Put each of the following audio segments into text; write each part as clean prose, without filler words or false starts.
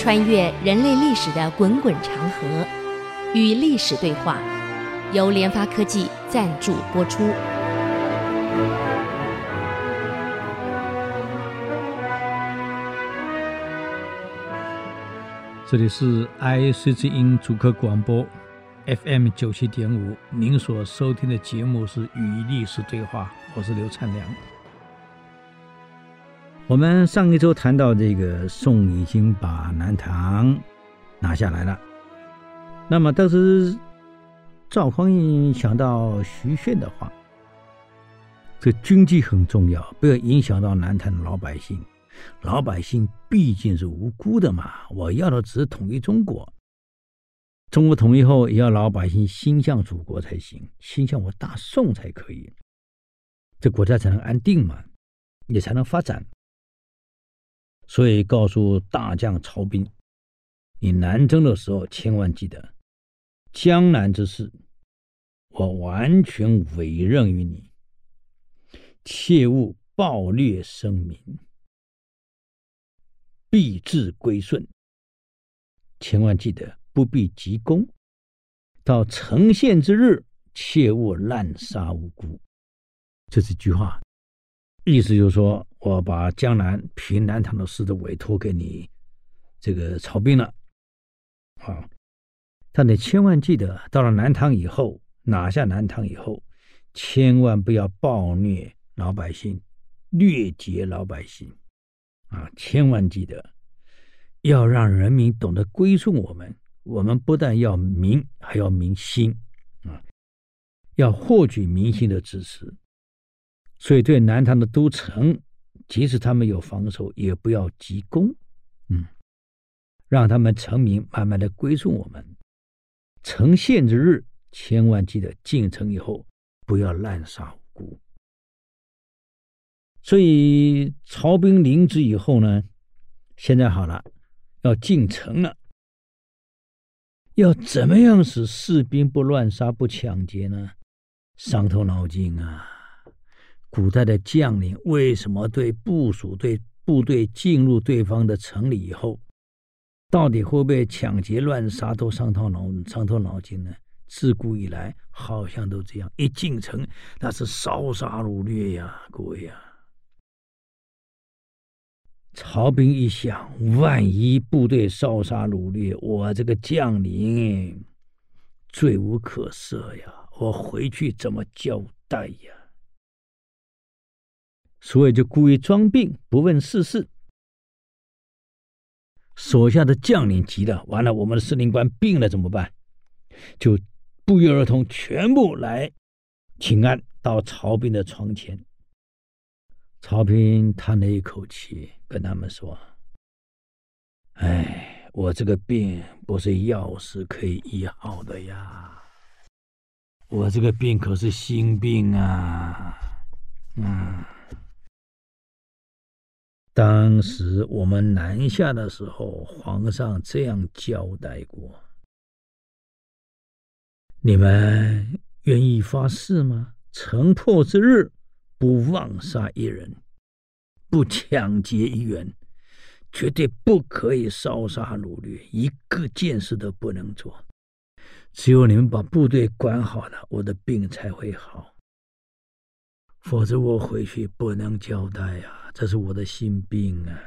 穿越人类历史的滚滚长河，与历史对话，由联发科技赞助播出。 这里是 IC 之音主客广播 FM 97.5，您所收听的节目是与历史对话，我是刘灿良。我们上一周谈到这个宋已经把南唐拿下来了，那么当时赵匡胤想到徐铉的话，这军纪很重要，不要影响到南唐的老百姓，老百姓毕竟是无辜的嘛，我要的只是统一中国，中国统一后也要老百姓心向祖国才行，心向我大宋才可以，这国家才能安定嘛，也才能发展。所以告诉大将曹彬，你南征的时候千万记得，江南之事我完全委任于你，切勿暴虐生民，必至归顺，千万记得不必急攻，到城陷之日切勿滥杀无辜。这是句话，意思就是说，我把江南平南唐的事都委托给你这个曹彬了啊，但你千万记得，到了南唐以后，拿下南唐以后，千万不要暴虐老百姓，掠劫老百姓啊！千万记得，要让人民懂得归顺我们。我们不但要民，还要民心啊！要获取民心的支持。所以对南唐的都城，即使他们有防守，也不要急攻，让他们臣民慢慢的归顺我们。城陷之日，千万记得进城以后不要滥杀无辜。所以曹彬领旨以后呢，现在好了，要进城了，要怎么样使士兵不乱杀不抢劫呢？伤透脑筋啊！古代的将领为什么对部署对部队进入对方的城里以后，到底会不会抢劫乱杀都伤透脑筋呢？自古以来好像都这样，一进城那是烧杀掳掠呀，各位呀！曹彬一想，万一部队烧杀掳掠，我这个将领罪无可赦呀，我回去怎么交代呀？所以就故意装病，不问世事。手下的将领急了，完了，我们的司令官病了怎么办？就不约而同全部来请安，到曹彬的床前。曹彬叹了一口气，跟他们说：哎，我这个病不是药石可以医好的呀，我这个病可是心病啊。当时我们南下的时候，皇上这样交代过，你们愿意发誓吗？城破之日，不妄杀一人，不抢劫一员，绝对不可以烧杀掳掠，一个件事都不能做。只有你们把部队管好了，我的病才会好，否则我回去不能交代啊，这是我的心病啊。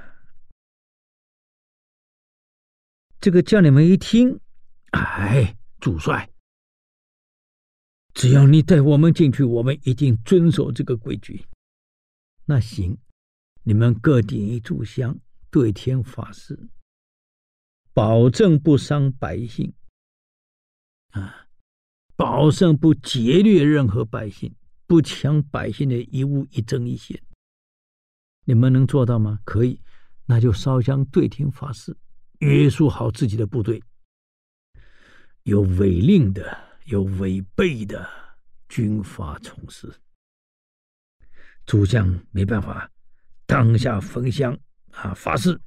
这个将领们一听，哎，主帅，只要你带我们进去，我们一定遵守这个规矩。那行，你们各点一炷香，对天发誓，保证不伤百姓啊，保证不劫掠任何百姓，不抢百姓的一物一针一线。你们能做到吗？可以，那就烧香对天发誓，约束好自己的部队。有违令的，有违背的，军法从事。诸将没办法，当下焚香啊，发誓。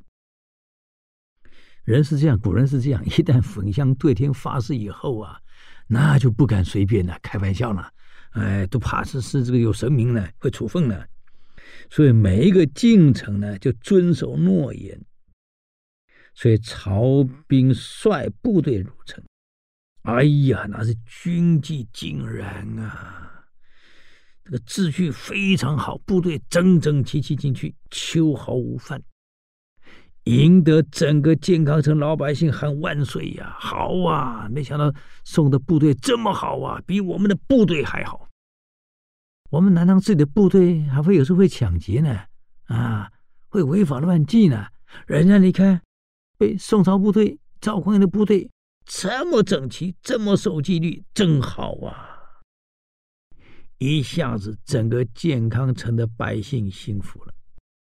人是这样，古人是这样，一旦焚香对天发誓以后啊，那就不敢随便了，开玩笑了，都怕是这个有神明呢，会处分呢。所以每一个进程呢，就遵守诺言。 所以曹兵率部队入城，哎呀，那是军纪井然啊，这个秩序非常好，部队整整齐齐进去，秋毫无犯，赢得整个健康城老百姓喊万岁呀！好啊，没想到宋的部队这么好啊，比我们的部队还好。我们南唐自己的部队还会有时候会抢劫呢，啊，会违法乱纪呢。人家你看，被宋朝部队、赵匡胤的部队这么整齐，这么守纪律，真好啊！一下子整个健康城的百姓幸福了。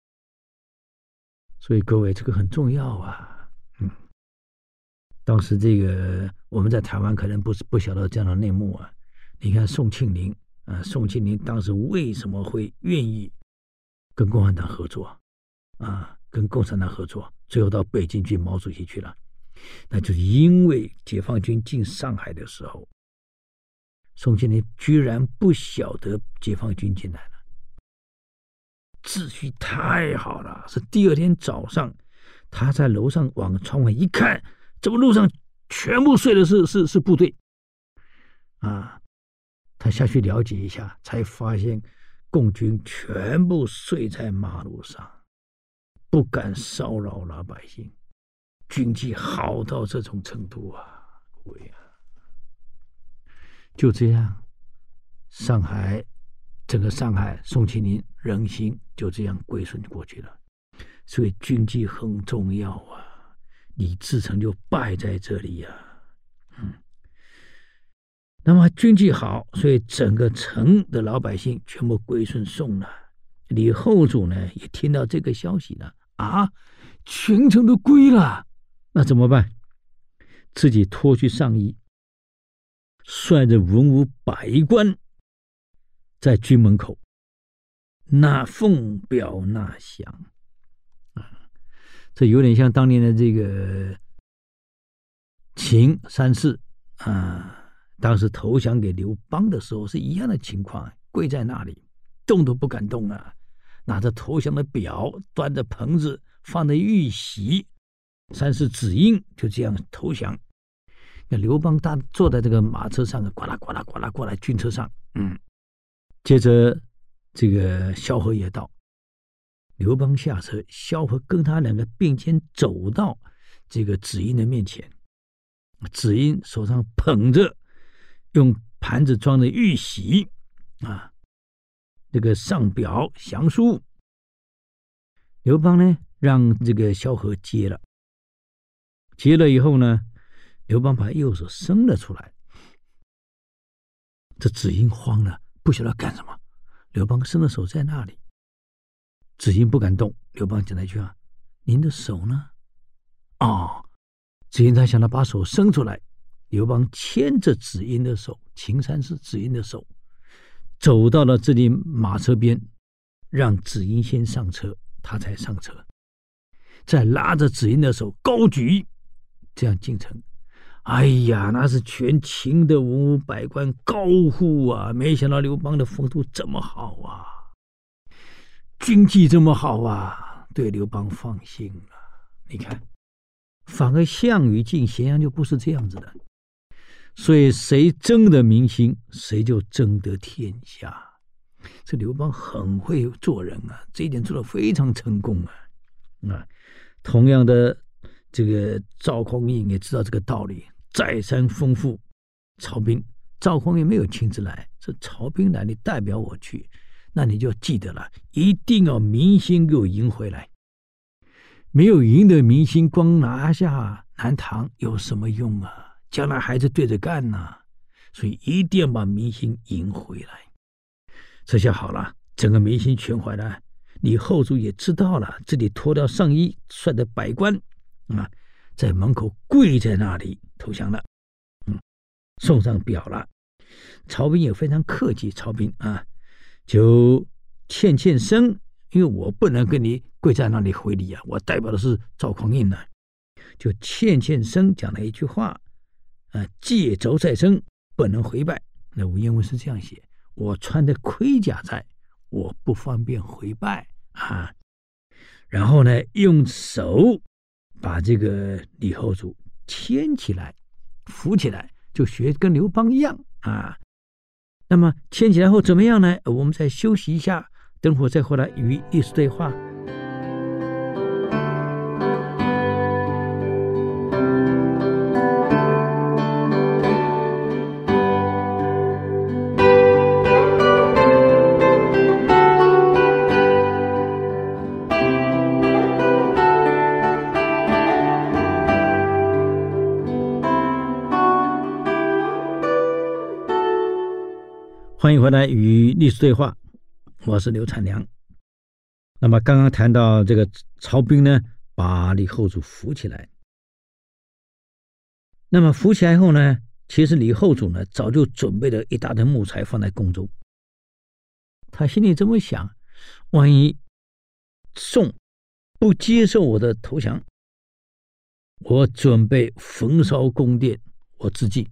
所以各位，这个很重要啊。当时这个我们在台湾可能不晓得这样的内幕啊。你看宋庆龄啊，宋庆龄当时为什么会愿意跟共产党合作啊？跟共产党合作，最后到北京去毛主席去了，那就是因为解放军进上海的时候，宋庆龄居然不晓得解放军进来了，秩序太好了。是第二天早上，他在楼上往窗外一看，怎么路上全部睡的是部队啊？他下去了解一下，才发现共军全部睡在马路上，不敢骚扰老百姓，军纪好到这种程度啊！各位啊，就这样，上海整个上海宋庆龄人心就这样归顺过去了。所以军纪很重要啊，李自成就败在这里啊。那么军纪好，所以整个城的老百姓全部归顺宋了。李后主呢也听到这个消息了啊，全城都归了，那怎么办？自己脱去上衣，率着文武百官在军门口纳奉表纳降这有点像当年的这个秦三世啊，当时投降给刘邦的时候是一样的情况，跪在那里动都不敢动啊，拿着投降的表，端着盆子，放着玉玺，三世子婴就这样投降。那刘邦他坐在这个马车上，呱啦呱啦呱啦过来，军车上，接着这个萧何也到，刘邦下车，萧何跟他两个并肩走到这个子婴的面前，子婴手上捧着用盘子装的玉玺啊，这个上表降书。刘邦呢让这个萧何接了，接了以后呢，刘邦把右手伸了出来，这子婴慌了，不晓得干什么。刘邦伸的手在那里，子婴不敢动。刘邦讲了一句话：“您的手呢？”子婴他想到把手伸出来，刘邦牵着子婴的手，秦三世子婴的手，走到了这里马车边，让子婴先上车，他才上车，再拉着子婴的手高举，这样进城。哎呀，那是全秦的文武百官高呼啊！没想到刘邦的风度这么好啊，军纪这么好啊，对刘邦放心了。你看，反而项羽进咸阳就不是这样子的，所以谁争得民心，谁就争得天下。这刘邦很会做人啊，这一点做得非常成功啊！同样的，这个赵匡胤也知道这个道理，再三吩咐曹兵。赵匡胤没有亲自来，是曹兵来，你代表我去，那你就记得了，一定要民心给我赢回来。没有赢得民心，光拿下南唐有什么用啊？将来还是对着干啊，所以一定要把民心赢回来。这下好了，整个民心全回来，李后主也知道了，这里脱掉上衣，率着百官在门口跪在那里投降了，送上表了。曹兵也非常客气，曹兵就欠生，因为我不能跟你跪在那里回礼啊，我代表的是赵匡胤呢，就欠生讲了一句话借轴在身，不能回拜。那文言文是这样写：我穿的盔甲在，我不方便回拜啊。然后呢，用手把这个李后主牵起来扶起来，就学跟刘邦一样啊。那么牵起来后怎么样呢？我们再休息一下，等会儿再回来与历史对话。欢迎回来与历史对话，我是刘灿良。那么刚刚谈到这个曹彬呢，把李后主扶起来。那么扶起来后呢，其实李后主呢早就准备了一大堆木材放在宫中。他心里这么想，万一宋不接受我的投降，我准备焚烧宫殿，我自尽。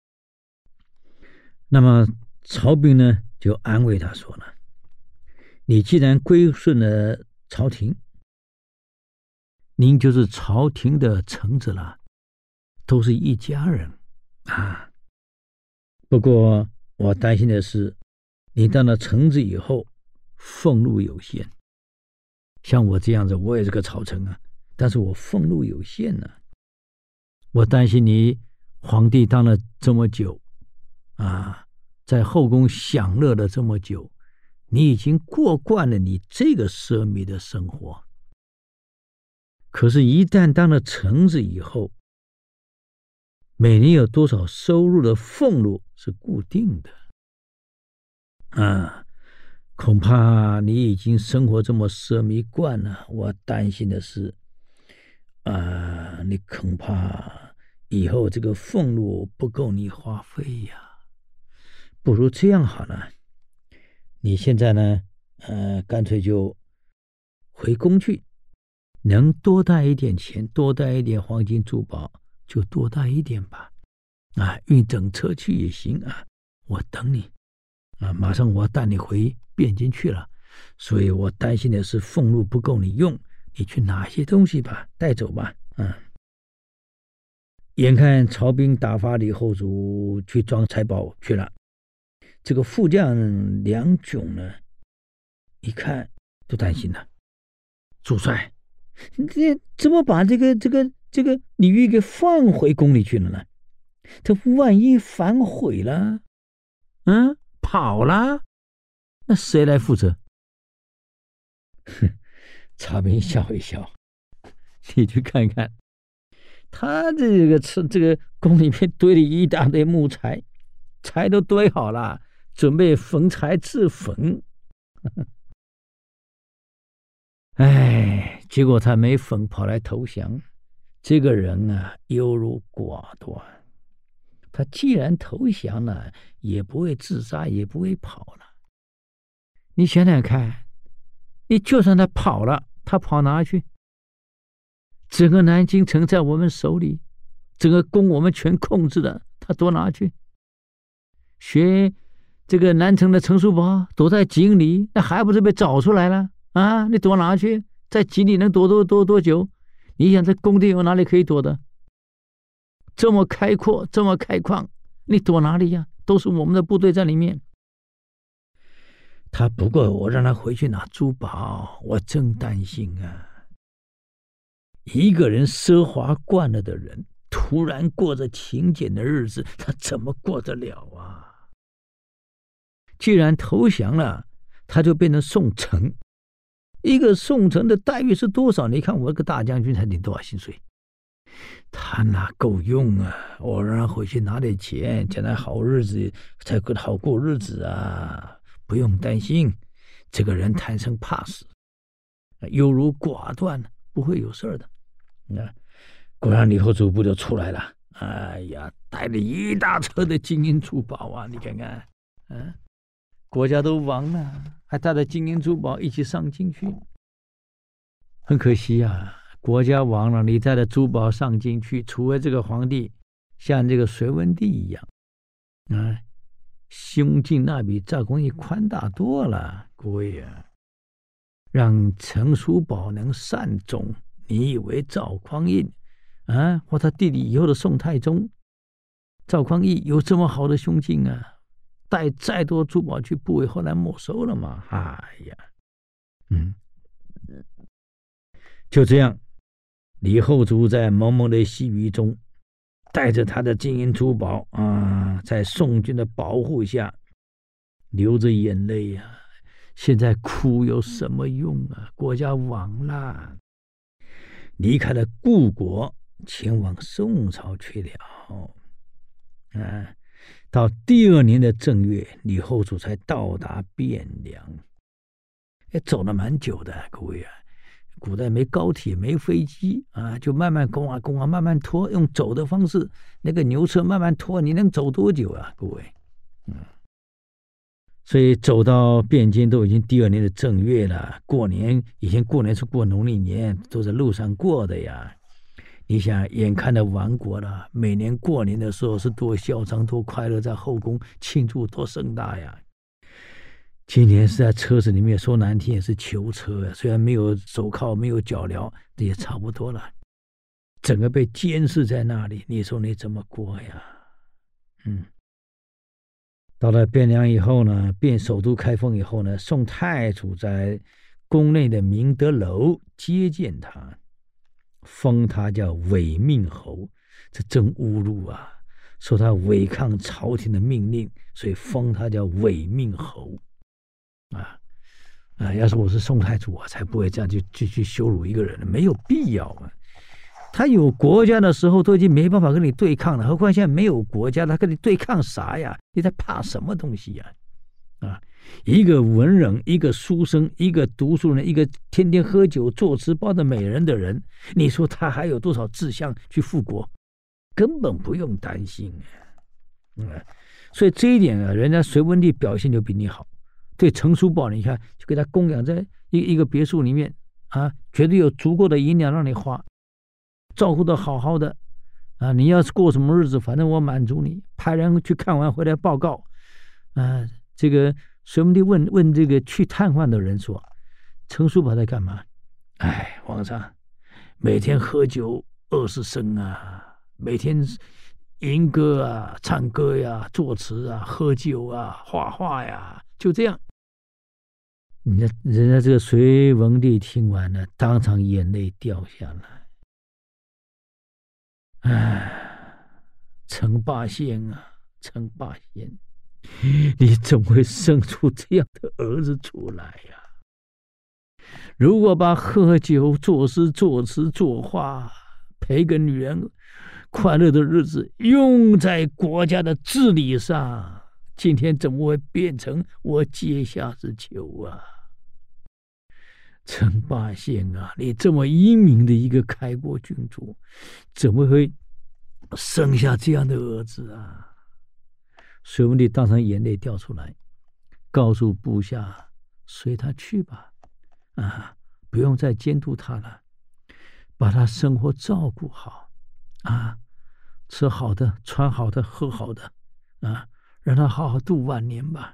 那么曹彬呢就安慰他说了，你既然归顺了朝廷，您就是朝廷的臣子了，都是一家人啊。不过我担心的是，你当了臣子以后俸禄有限，像我这样子，我也是个朝臣啊，但是我俸禄有限呢。我担心你皇帝当了这么久啊，在后宫享乐了这么久，你已经过惯了你这个奢靡的生活。可是一旦当了臣子以后，每年有多少收入的俸禄是固定的啊，恐怕你已经生活这么奢靡惯了，我担心的是你恐怕以后这个俸禄不够你花费呀。不如这样好了，你现在呢干脆就回宫去，能多带一点钱，多带一点黄金珠宝就多带一点吧，运整车去也行啊，我等你啊，马上我带你回汴京去了，所以我担心的是俸禄不够你用，你去拿些东西吧，带走吧。眼看曹彬打发李后主去装财宝去了，这个副将梁炯呢，一看都担心了，主帅，你怎么把这个李煜给放回宫里去了呢？这万一反悔了，跑了，那谁来负责？曹彬笑一笑，你去看看，他这个宫里面堆了一大堆木材，柴都堆好了，准备焚柴自焚。结果他没焚，跑来投降。这个人啊，优柔寡断。他既然投降了，也不会自杀，也不会跑了。你想想看，你就算他跑了，他跑哪去？整个南京城在我们手里，整个宫我们全控制了，他躲哪去？学这个南城的陈叔宝躲在井里，那还不是被找出来了啊？你躲哪去？在井里能躲多久？你想这宫殿有哪里可以躲的？这么开阔，这么开旷，你躲哪里呀？都是我们的部队在里面。他不过我让他回去拿珠宝，我真担心啊。一个人奢华惯了的人，突然过着勤俭的日子，他怎么过得了啊？既然投降了，他就变成宋城。一个宋城的待遇是多少？你看我这个大将军才领多少薪水？他哪够用啊？我让他回去拿点钱，将来好日子才好过日子啊！不用担心，这个人贪生怕死，优柔寡断，不会有事的。果然李后主部就出来了，带了一大车的金银珠宝啊！你看看，国家都亡了，还带着金银珠宝一起上京去，很可惜啊。国家亡了，你带着珠宝上京去，除非这个皇帝像这个隋文帝一样，胸襟那比赵匡胤宽大多了。各位啊，让陈叔宝能善终， 你以为赵匡胤或他弟弟以后的宋太宗，赵匡胤有这么好的胸襟啊？带再多珠宝去，不为后来没收了吗？哎呀，就这样，李后主在蒙蒙的细雨中，带着他的金银珠宝在宋军的保护下，流着眼泪啊。现在哭有什么用啊？国家亡了，离开了故国，前往宋朝去了。到第2年的正月，李后主才到达汴梁。走了蛮久的，各位啊。古代没高铁，没飞机就慢慢攻啊，慢慢拖，用走的方式，那个牛车慢慢拖，你能走多久啊，各位？所以走到汴京都已经第2年的正月了。过年，以前过年是过农历年，都在路上过的呀。你想，眼看着亡国了，每年过年的时候是多嚣张、多快乐，在后宫庆祝多盛大呀！今年是在车子里面，说难听也是囚车，虽然没有手铐，没有脚镣，这也差不多了。整个被监视在那里，你说你怎么过呀？到了汴梁以后呢，首都开封以后呢，宋太祖在宫内的明德楼接见他，封他叫伪命侯，这真侮辱啊！说他违抗朝廷的命令，所以封他叫伪命侯。要是我是宋太祖，我才不会这样去羞辱一个人，没有必要啊！他有国家的时候都已经没办法跟你对抗了，何况现在没有国家，他跟你对抗啥呀？你在怕什么东西呀？一个文人，一个书生，一个读书人，一个天天喝酒作词抱着美人的人，你说他还有多少志向去复国？根本不用担心所以这一点人家隋文帝表现就比你好。对程叔宝，你看就给他供养在一个别墅里面绝对有足够的银两让你花，照顾的好好的你要是过什么日子，反正我满足你。派人去看完回来报告这个隋文帝问这个去探望的人说，程叔宝在干嘛？皇上每天喝酒20升每天吟歌唱歌呀，作词喝酒画画呀，就这样。人家这个隋文帝听完了，当场眼泪掉下来。陈霸先陈霸先，你怎么会生出这样的儿子出来呀？如果把喝酒、作诗、作词、作画，陪个女人快乐的日子用在国家的治理上，今天怎么会变成我阶下之囚啊？陈霸先你这么英明的一个开国君主，怎么会生下这样的儿子啊？隋文帝当场眼泪掉出来，告诉部下随他去吧不用再监督他了，把他生活照顾好吃好的，穿好的，喝好的让他好好度晚年吧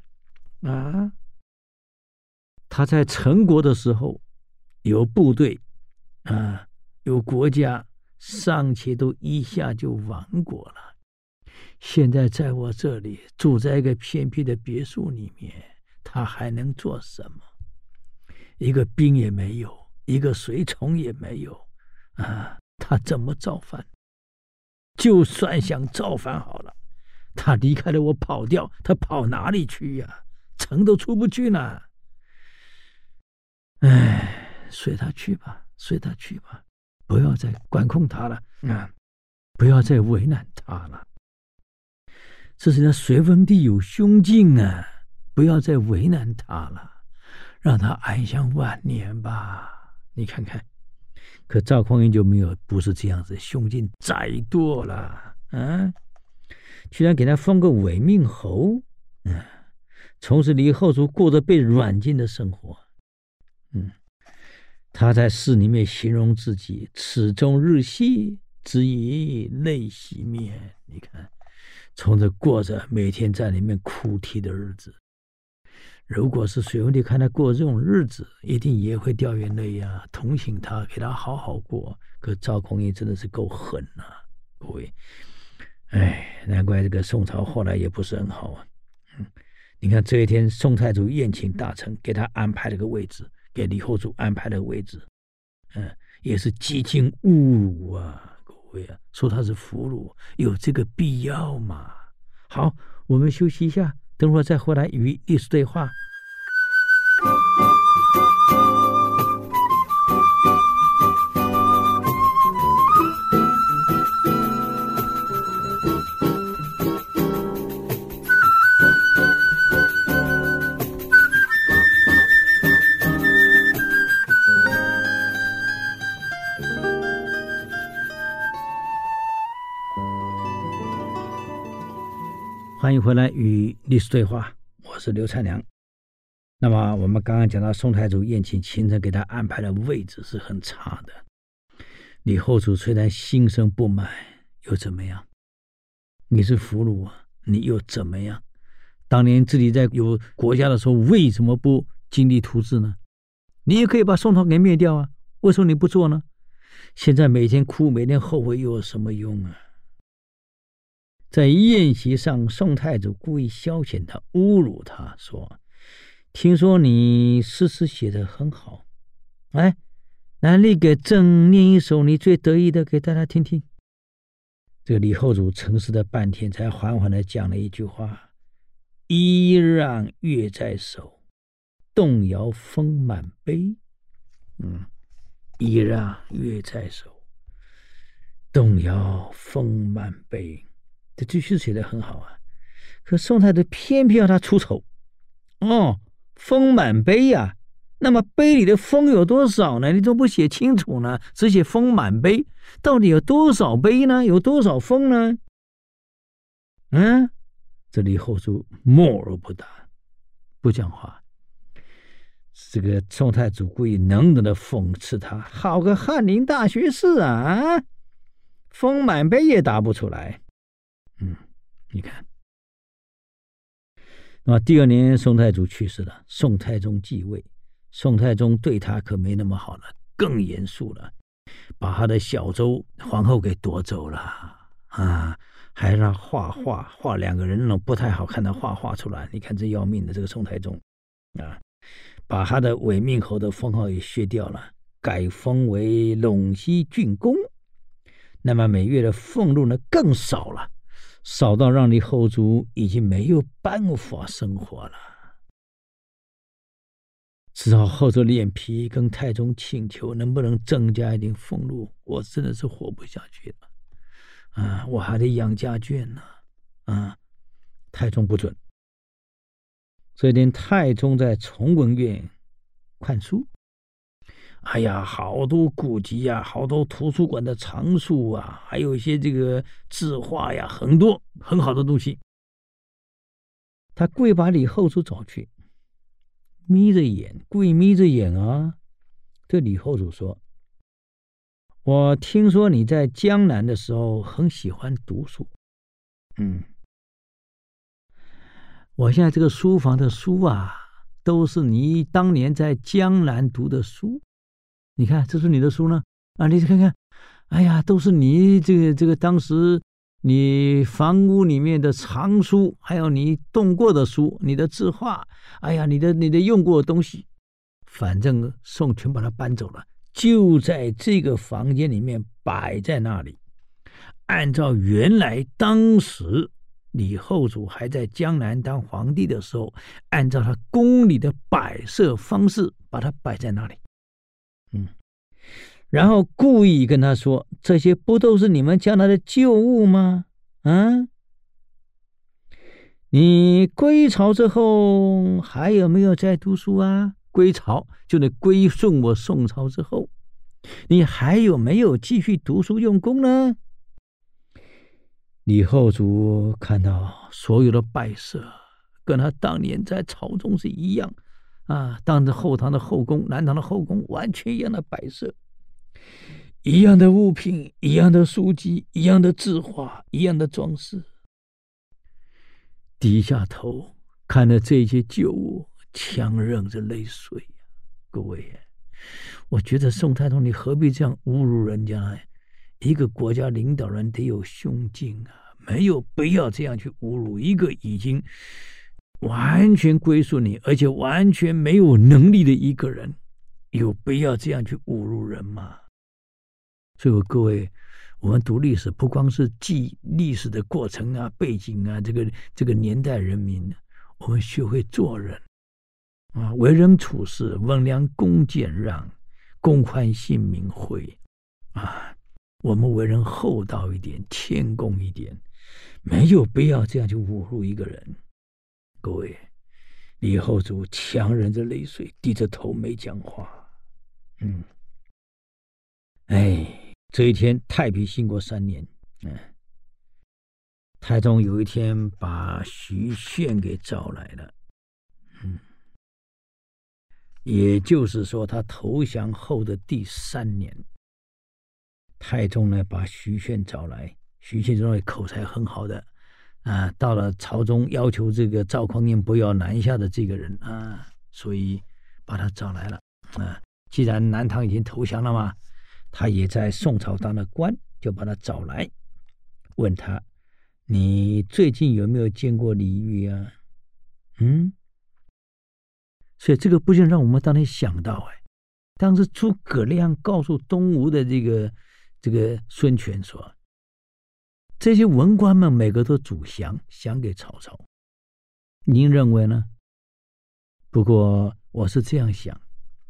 他在陈国的时候有部队有国家，尚且都一下就亡国了。现在在我这里住在一个偏僻的别墅里面，他还能做什么？一个兵也没有，一个随从也没有他怎么造反？就算想造反好了，他离开了我跑掉，他跑哪里去呀？城都出不去呢。随他去吧，随他去吧，不要再管控他了不要再为难他了。这是那隋文帝有胸襟不要再为难他了，让他安享晚年吧。你看看，可赵匡胤就没有，不是这样子，胸襟窄多了居然给他封个伪命侯从此李后主过着被软禁的生活他在诗里面形容自己齿中日夕，只以泪洗面。你看，从这过着每天在里面哭啼的日子， 如果是隋文帝看他过这种日子，一定也会掉眼泪呀，同情他，给他好好过。可赵匡胤真的是够狠啊，各位，难怪这个宋朝后来也不是很好啊。你看这一天，宋太祖宴请大臣，给他安排了个位置，给李后主安排了个位置，也是极尽侮辱啊，各位啊，说他是俘虏，有这个必要吗？好，我们休息一下，等会儿再回来与历史对话。欢迎回来与历史对话，我是刘灿良。那么我们刚刚讲到宋太祖宴请群臣，给他安排的位置是很差的。李后主虽然心生不满，又怎么样？你是俘虏啊，你又怎么样？当年自己在有国家的时候，为什么不经历图治呢？你也可以把宋朝给灭掉啊，为什么你不做呢？现在每天哭，每天后悔，又有什么用啊？在宴席上，宋太祖故意消遣他，侮辱他，说：“听说你诗词写得很好，来你给朕念一首你最得意的给大家听听。”这个李后主沉思了半天，才缓缓地讲了一句话：“揖让月在手，动摇风满杯。”揖让月在手，动摇风满杯。这句诗写得很好啊，可宋太祖偏偏要他出丑。风满杯呀，那么杯里的风有多少呢？你怎么不写清楚呢？只写风满杯，到底有多少杯呢？有多少风呢？这李后主默而不答，不讲话。这个宋太祖故意冷冷的讽刺他：“好个翰林大学士啊，风满杯也答不出来。”你看，那么第二年宋太祖去世了，宋太宗继位。宋太宗对他可没那么好了，更严肃了，把他的小周皇后给夺走了还让画两个人那种不太好看的画出来。你看这要命的这个宋太宗把他的伪命侯的封号也削掉了，改封为陇西郡公。那么每月的俸禄呢更少了，少到让李后主已经没有办法生活了，只好厚着脸皮跟太宗请求能不能增加一点俸禄，我真的是活不下去了我还得养家眷呢太宗不准。这一天太宗在崇文院看书，好多古籍好多图书馆的藏书还有一些这个字画很多很好的东西。他故意把李后主找去，故意眯着眼对李后主说：“我听说你在江南的时候很喜欢读书，我现在这个书房的书都是你当年在江南读的书。你看，这是你的书呢你看看，都是你这个当时你房屋里面的藏书，还有你动过的书，你的字画，你的用过的东西，反正宋全把它搬走了，就在这个房间里面摆在那里，按照原来当时李后主还在江南当皇帝的时候，按照他宫里的摆设方式把它摆在那里。然后故意跟他说：“这些不都是你们将来的旧物吗？你归朝之后还有没有在读书归朝就得归顺我宋朝之后，你还有没有继续读书用功呢？”李后主看到所有的摆设跟他当年在朝中是一样当着后堂的后宫，南唐的后宫完全一样的摆设，一样的物品，一样的书籍，一样的字画，一样的装饰。低下头看了这些旧物， 强忍着泪水呀。各位，我觉得宋太宗你何必这样侮辱人家呢？一个国家领导人得有胸襟啊，没有必要这样去侮辱一个已经完全归顺你，而且完全没有能力的一个人，有必要这样去侮辱人吗？所以各位，我们读历史不光是记历史的过程啊、背景啊，这个年代人民，我们学会做人啊，为人处事，温良恭俭让，公宽信民惠啊，我们为人厚道一点，谦恭一点，没有必要这样去侮辱一个人。各位，李后主强忍着泪水，低着头没讲话。这一天太平兴国3年，太宗有一天把徐铉给找来了，也就是说他投降后的第3年，太宗呢把徐铉找来，徐铉认为口才很好的到了朝中要求这个赵匡胤不要南下的这个人所以把他找来了既然南唐已经投降了嘛，他也在宋朝当了官，就把他找来，问他：你最近有没有见过李煜啊？所以这个不禁让我们当年想到，当时诸葛亮告诉东吴的这个孙权说，这些文官们每个都主降给曹操，您认为呢？不过我是这样想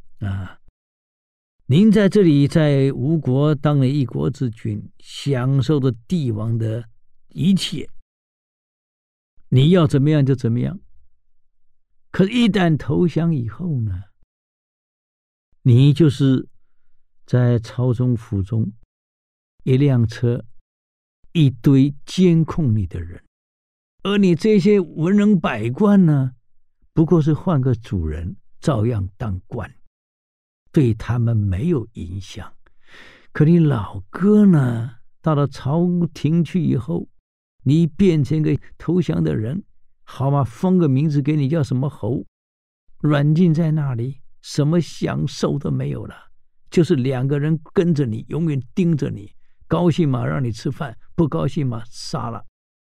您在这里在吴国当了一国之君，享受着帝王的一切，你要怎么样就怎么样。可是一旦投降以后呢，你就是在朝中府中一辆车一堆监控你的人，而你这些文人百官呢，不过是换个主人，照样当官，对他们没有影响。可你老哥呢，到了朝廷去以后，你变成一个投降的人，好嘛，封个名字给你，叫什么侯，软禁在那里，什么享受都没有了，就是2个人跟着你，永远盯着你，高兴嘛让你吃饭，不高兴嘛杀了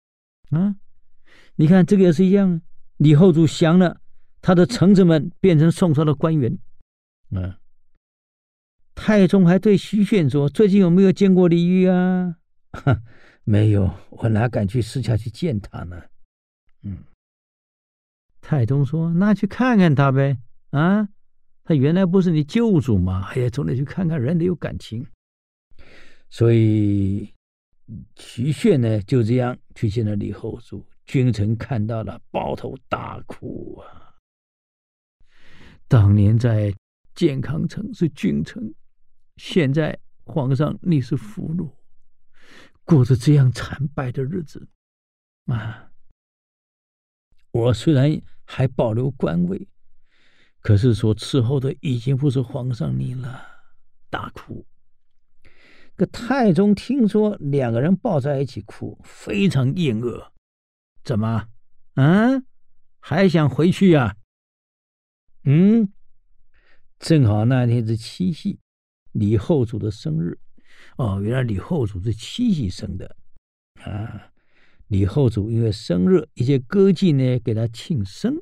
你看这个也是一样，李后主降了，他的臣子们变成宋朝的官员太宗还对徐铉说，最近有没有见过李煜啊？没有，我哪敢去私下去见他呢？太宗说，那去看看他呗他原来不是你救主吗？总得去看看，人得有感情。所以徐铉呢就这样去见了李后主，君臣看到了抱头大哭当年在建康城是君臣，现在皇上你是俘虏，过着这样惨败的日子我虽然还保留官位，可是所伺候的已经不是皇上你了，大哭。个太宗听说2个人抱在一起哭，非常厌恶，怎么还想回去啊？正好那天是七夕，李后主的生日原来李后主是七夕生的李后主因为生日，一些歌妓呢给他庆生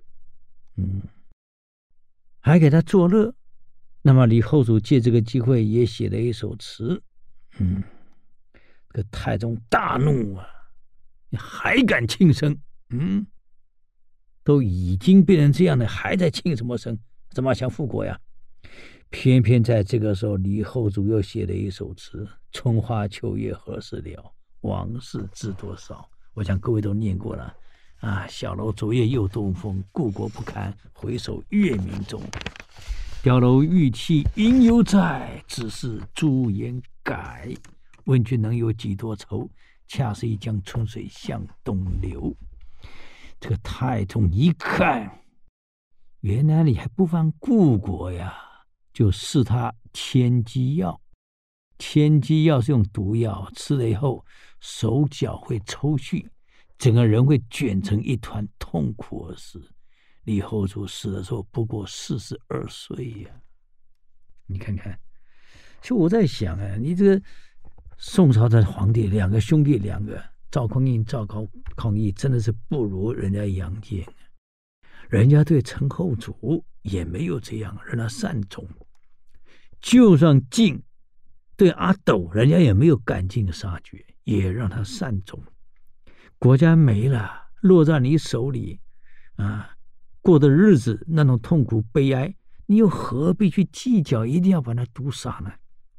还给他作乐。那么李后主借这个机会也写了一首词这个太宗大怒你还敢庆生都已经变成这样了，还在庆什么生？怎么想复国呀？偏偏在这个时候，李后主又写了一首词：春花秋月何时了，往事知多少。我想各位都念过了小楼昨夜又东风，故国不堪回首月明中。碉楼玉砌应犹在，只是朱颜改。问君能有几多愁？恰是一江春水向东流。这个太宗一看，原来你还不放故国呀，就赐他千机药。千机药是用毒药，吃了以后手脚会抽搐，整个人会卷成一团，痛苦而死。 李后主死的时候不过42岁呀，你看看。就我在想啊，你这个宋朝的皇帝两个兄弟，赵匡胤、赵匡胤真的是不如人家杨坚，人家对陈后主也没有这样让他善终，就算晋对阿斗，人家也没有赶尽杀绝，也让他善终。国家没了，落在你手里啊，过的日子那种痛苦悲哀，你又何必去计较，一定要把他毒杀呢？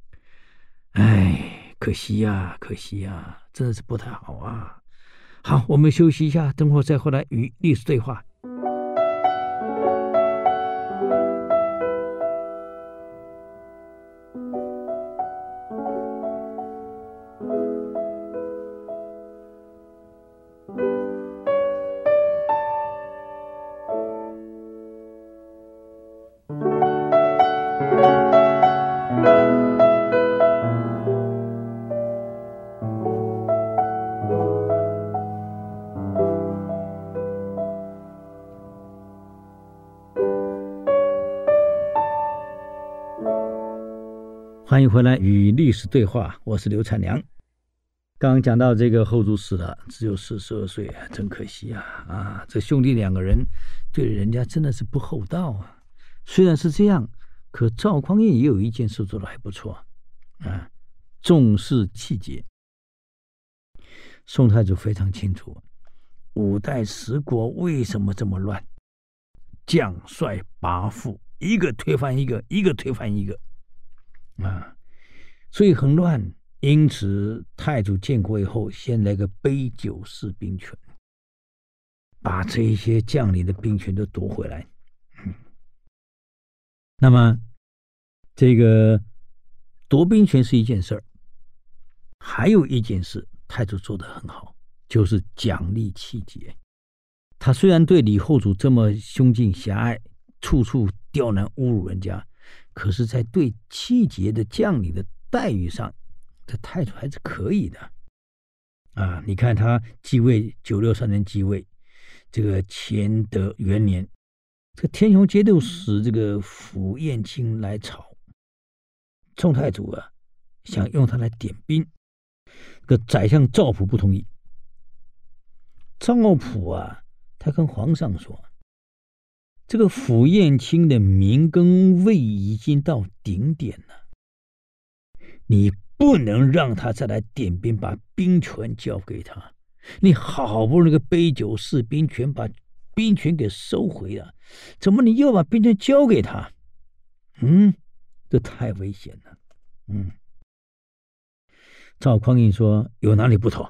哎，可惜呀，可惜呀，真的是不太好啊。好，我们休息一下，等会儿再回来与历史对话。欢迎回来与历史对话，我是刘灿良。刚刚讲到这个后主死了，只有42岁，真可惜啊！这兄弟两个人对人家真的是不厚道啊。虽然是这样，可赵匡胤也有一件事做得还不错啊，重视气节。宋太祖非常清楚五代十国为什么这么乱，将帅跋扈，一个推翻一个，一个推翻一个啊，所以很乱。因此太祖建国以后，先来个杯酒释兵权，把这一些将领的兵权都夺回来。那么这个夺兵权是一件事儿，还有一件事太祖做得很好，就是奖励气节。他虽然对李后主这么凶尽狭隘，处处刁难侮辱人家，可是在对气节的将领的待遇上，这太祖还是可以的啊！你看他继位963年继位，这个乾德元年，这个天雄节度使这个符彦卿来朝，宋太祖啊想用他来点兵，这个宰相赵普不同意。赵普啊，他跟皇上说，这个符彦卿的名跟位已经到顶点了，你不能让他再来点兵，把兵权交给他。你好不容易个杯酒释兵权，把兵权给收回了，怎么你又把兵权交给他？这太危险了。赵匡胤说有哪里不妥？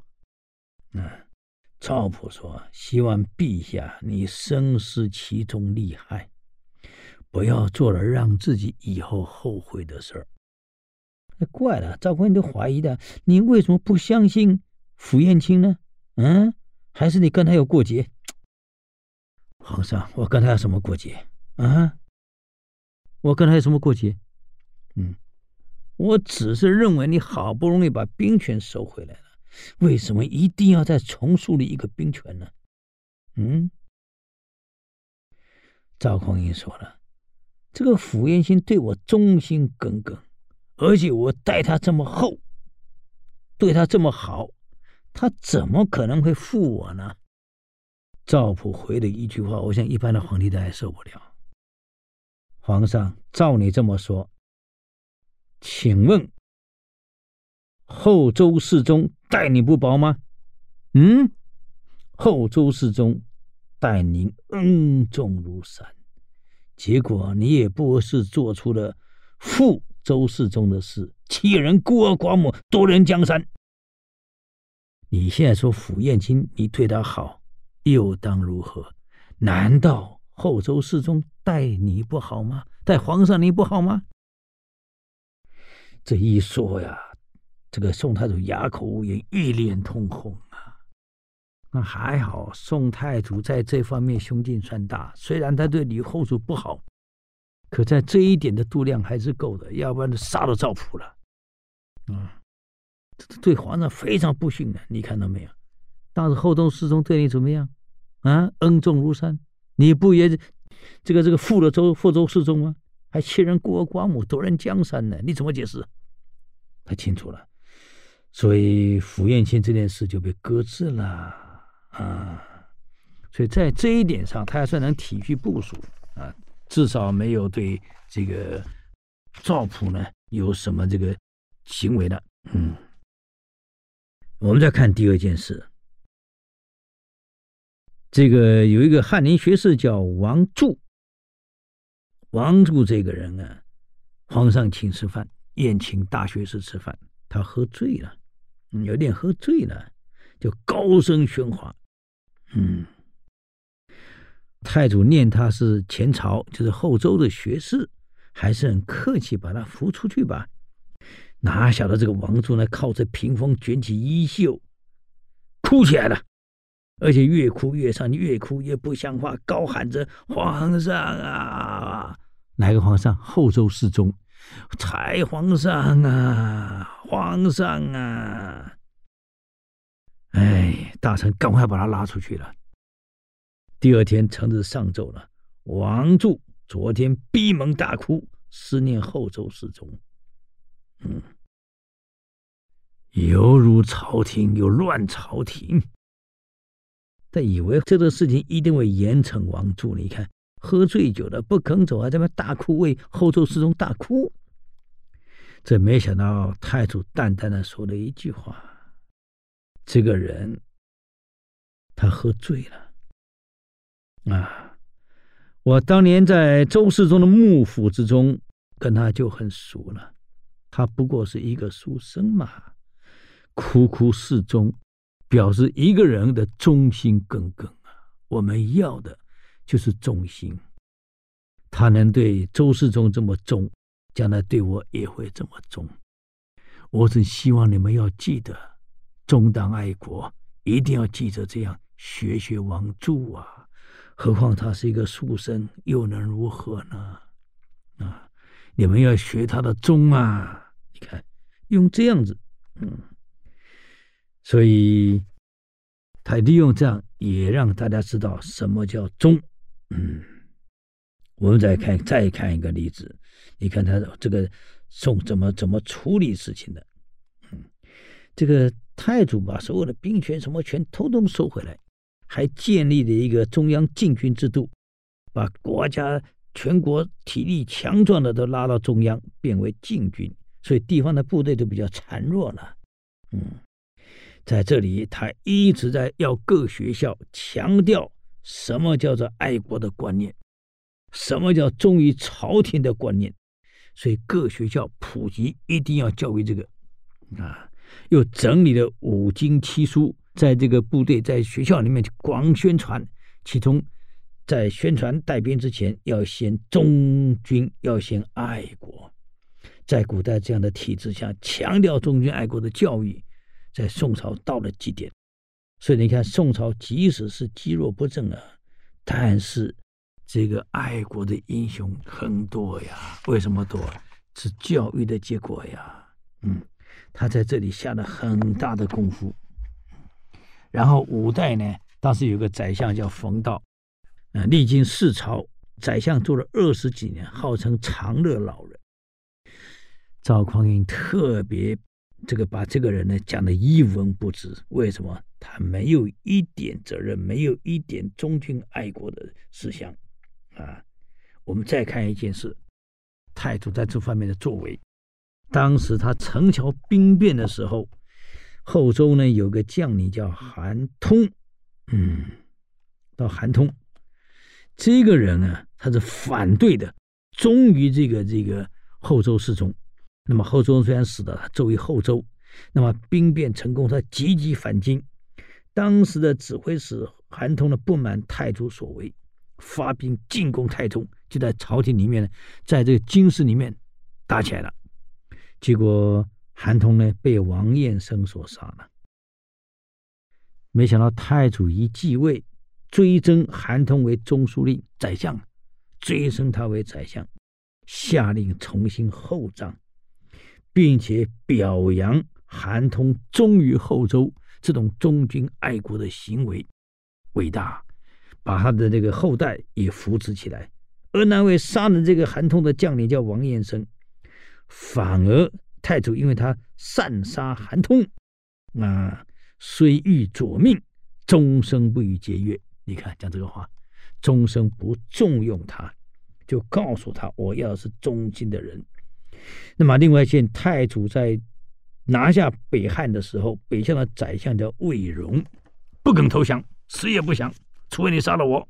赵普说希望陛下你深思其中利害，不要做了让自己以后后悔的事儿。怪了，赵匡胤都怀疑的，你为什么不相信符彦卿呢？还是你跟他有过节？皇上，我跟他有什么过节啊？我跟他有什么过节？我只是认为你好不容易把兵权收回来了，为什么一定要再重树立一个兵权呢？赵匡胤说了，这个符彦卿对我忠心耿耿，而且我待他这么厚，对他这么好，他怎么可能会负我呢？赵普回了一句话，我想一般的皇帝都还受不了。皇上，照你这么说，请问后周世宗待你不薄吗？后周世宗待您恩重如山，结果你也不是做出了负周世宗的事，欺人孤儿寡母，夺人江山。你现在说符彦卿你对他好，又当如何？难道后周世宗待你不好吗？待皇上你不好吗？这一说呀，这个宋太祖哑口无言，一脸通红啊。那还好，宋太祖在这方面胸襟算大，虽然他对李后主不好，可在这一点的度量还是够的，要不然就杀了赵普了。这对皇上非常不逊的，你看到没有？当时后周世宗对你怎么样？恩重如山， 你不也这个复了福州四中吗？还7人孤儿寡母，夺人江山呢？你怎么解释？他清楚了，所以傅彦卿这件事就被搁置了啊。所以在这一点上，他还算能体恤部属啊，至少没有对这个赵普呢有什么这个行为的。我们再看第二件事，这个有一个翰林学士叫王柱。王柱这个人啊，皇上请吃饭，宴请大学士吃饭，他喝醉了，有点喝醉了，就高声喧哗。太祖念他是前朝，就是后周的学士，还是很客气，把他扶出去吧。哪晓得这个王柱呢，靠着屏风卷起衣袖，哭起来了，而且越哭越上，越哭越不像话，高喊着皇上啊！哪个皇上？后周世宗。才皇上啊，皇上啊！哎，大臣赶快把他拉出去了。第二天成日上奏了，王柱昨天闭门大哭，思念后周世宗。犹如朝廷又乱朝廷。他以为这个事情一定会严惩王柱，你看喝醉酒了不肯走，还在那大哭，为后周世宗大哭。这没想到太祖淡淡的说了一句话：这个人他喝醉了啊！我当年在周世宗的幕府之中跟他就很熟了，他不过是一个书生嘛，哭哭示忠，表示一个人的忠心耿耿啊！我们要的就是忠心。他能对周世宗这么忠，将来对我也会这么忠。我只希望你们要记得，忠党爱国，一定要记着这样，学学王柱啊！何况他是一个书生，又能如何呢？啊，你们要学他的忠啊！你看，用这样子，所以他利用这样，也让大家知道什么叫忠。我们再看一个例子，你看他这个宋怎么处理事情的。这个太祖把所有的兵权什么权统统收回来，还建立了一个中央禁军制度，把国家全国体力强壮的都拉到中央，变为禁军，所以地方的部队都比较孱弱了。在这里他一直在要各学校强调什么叫做爱国的观念，什么叫忠于朝廷的观念，所以各学校普及一定要教育这个啊，又整理了5经7书，在这个部队在学校里面广宣传，其中在宣传带兵之前要先忠君，要先爱国。在古代这样的体制下，强调忠君爱国的教育，在宋朝到了极点。所以你看宋朝即使是积弱不振啊，但是这个爱国的英雄很多呀。为什么多？是教育的结果呀。他在这里下了很大的功夫。然后五代呢，当时有个宰相叫冯道，历经4朝，宰相做了20几年，号称长乐老人。赵匡胤特别把这个人呢讲得一文不值。为什么？他没有一点责任，没有一点忠君爱国的思想啊。我们再看一件事，太祖在这方面的作为。当时他陈桥兵变的时候，后周呢有个将领叫韩通，到韩通这个人啊，他是反对的，忠于这个后周世宗。那么后周虽然死了，他作为后周，那么兵变成功，他积极反京。当时的指挥使韩通呢不满太祖所为，发兵进攻太宗，就在朝廷里面呢，在这个京师里面打起来了。结果韩通呢被王彦生所杀了。没想到太祖一继位，追征韩通为中书令宰相，追升他为宰相，下令重新厚葬，并且表扬韩通忠于后周这种忠君爱国的行为伟大， 把他的这个后代也扶持起来。而那位杀了这个韩通的将领叫王彦生，反而太祖因为他擅杀韩通，虽欲左命，终生不与节约。你看讲这个话，终生不重用他，就告诉他我要是忠心的人。那么另外一件，太祖在拿下北汉的时候，北向的宰相叫魏荣，不肯投降，死也不降，除非你杀了我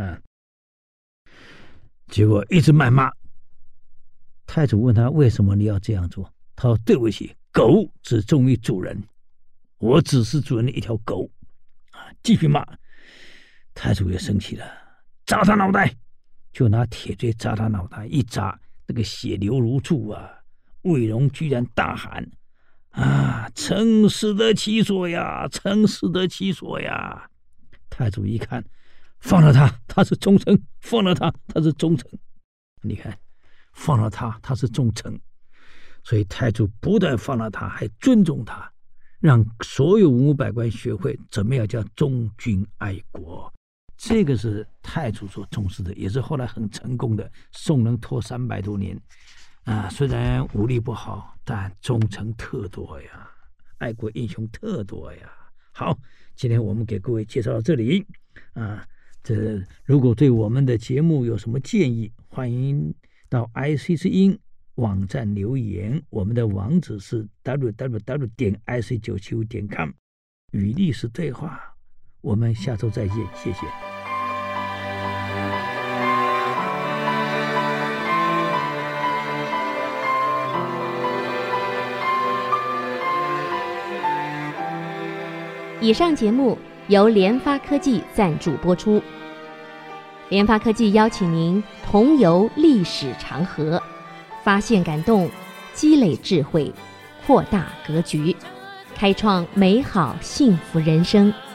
结果一直谩骂。太祖问他为什么你要这样做，他说对不起，狗只忠于主人，我只是主人的一条狗继续骂。太祖也生气了，砸他脑袋，就拿铁锤砸他脑袋，一砸那个血流如注魏荣居然大喊臣死得其所呀，臣死得其所呀。太祖一看，放了他，他是忠臣；放了他，他是忠臣。你看，放了他，他是忠臣。所以太祖不但放了他，还尊重他，让所有文武百官学会怎么样叫忠君爱国。这个是太祖所重视的，也是后来很成功的。宋能拖300多年虽然武力不好，但忠臣特多呀，爱国英雄特多呀。好，今天我们给各位介绍到这里如果对我们的节目有什么建议，欢迎到 IC 之音网站留言，我们的网址是 www.ic975.com。 与历史对话，我们下周再见，谢谢。 以上节目由联发科技赞助播出。联发科技邀请您同游历史长河，发现感动，积累智慧，扩大格局，开创美好幸福人生。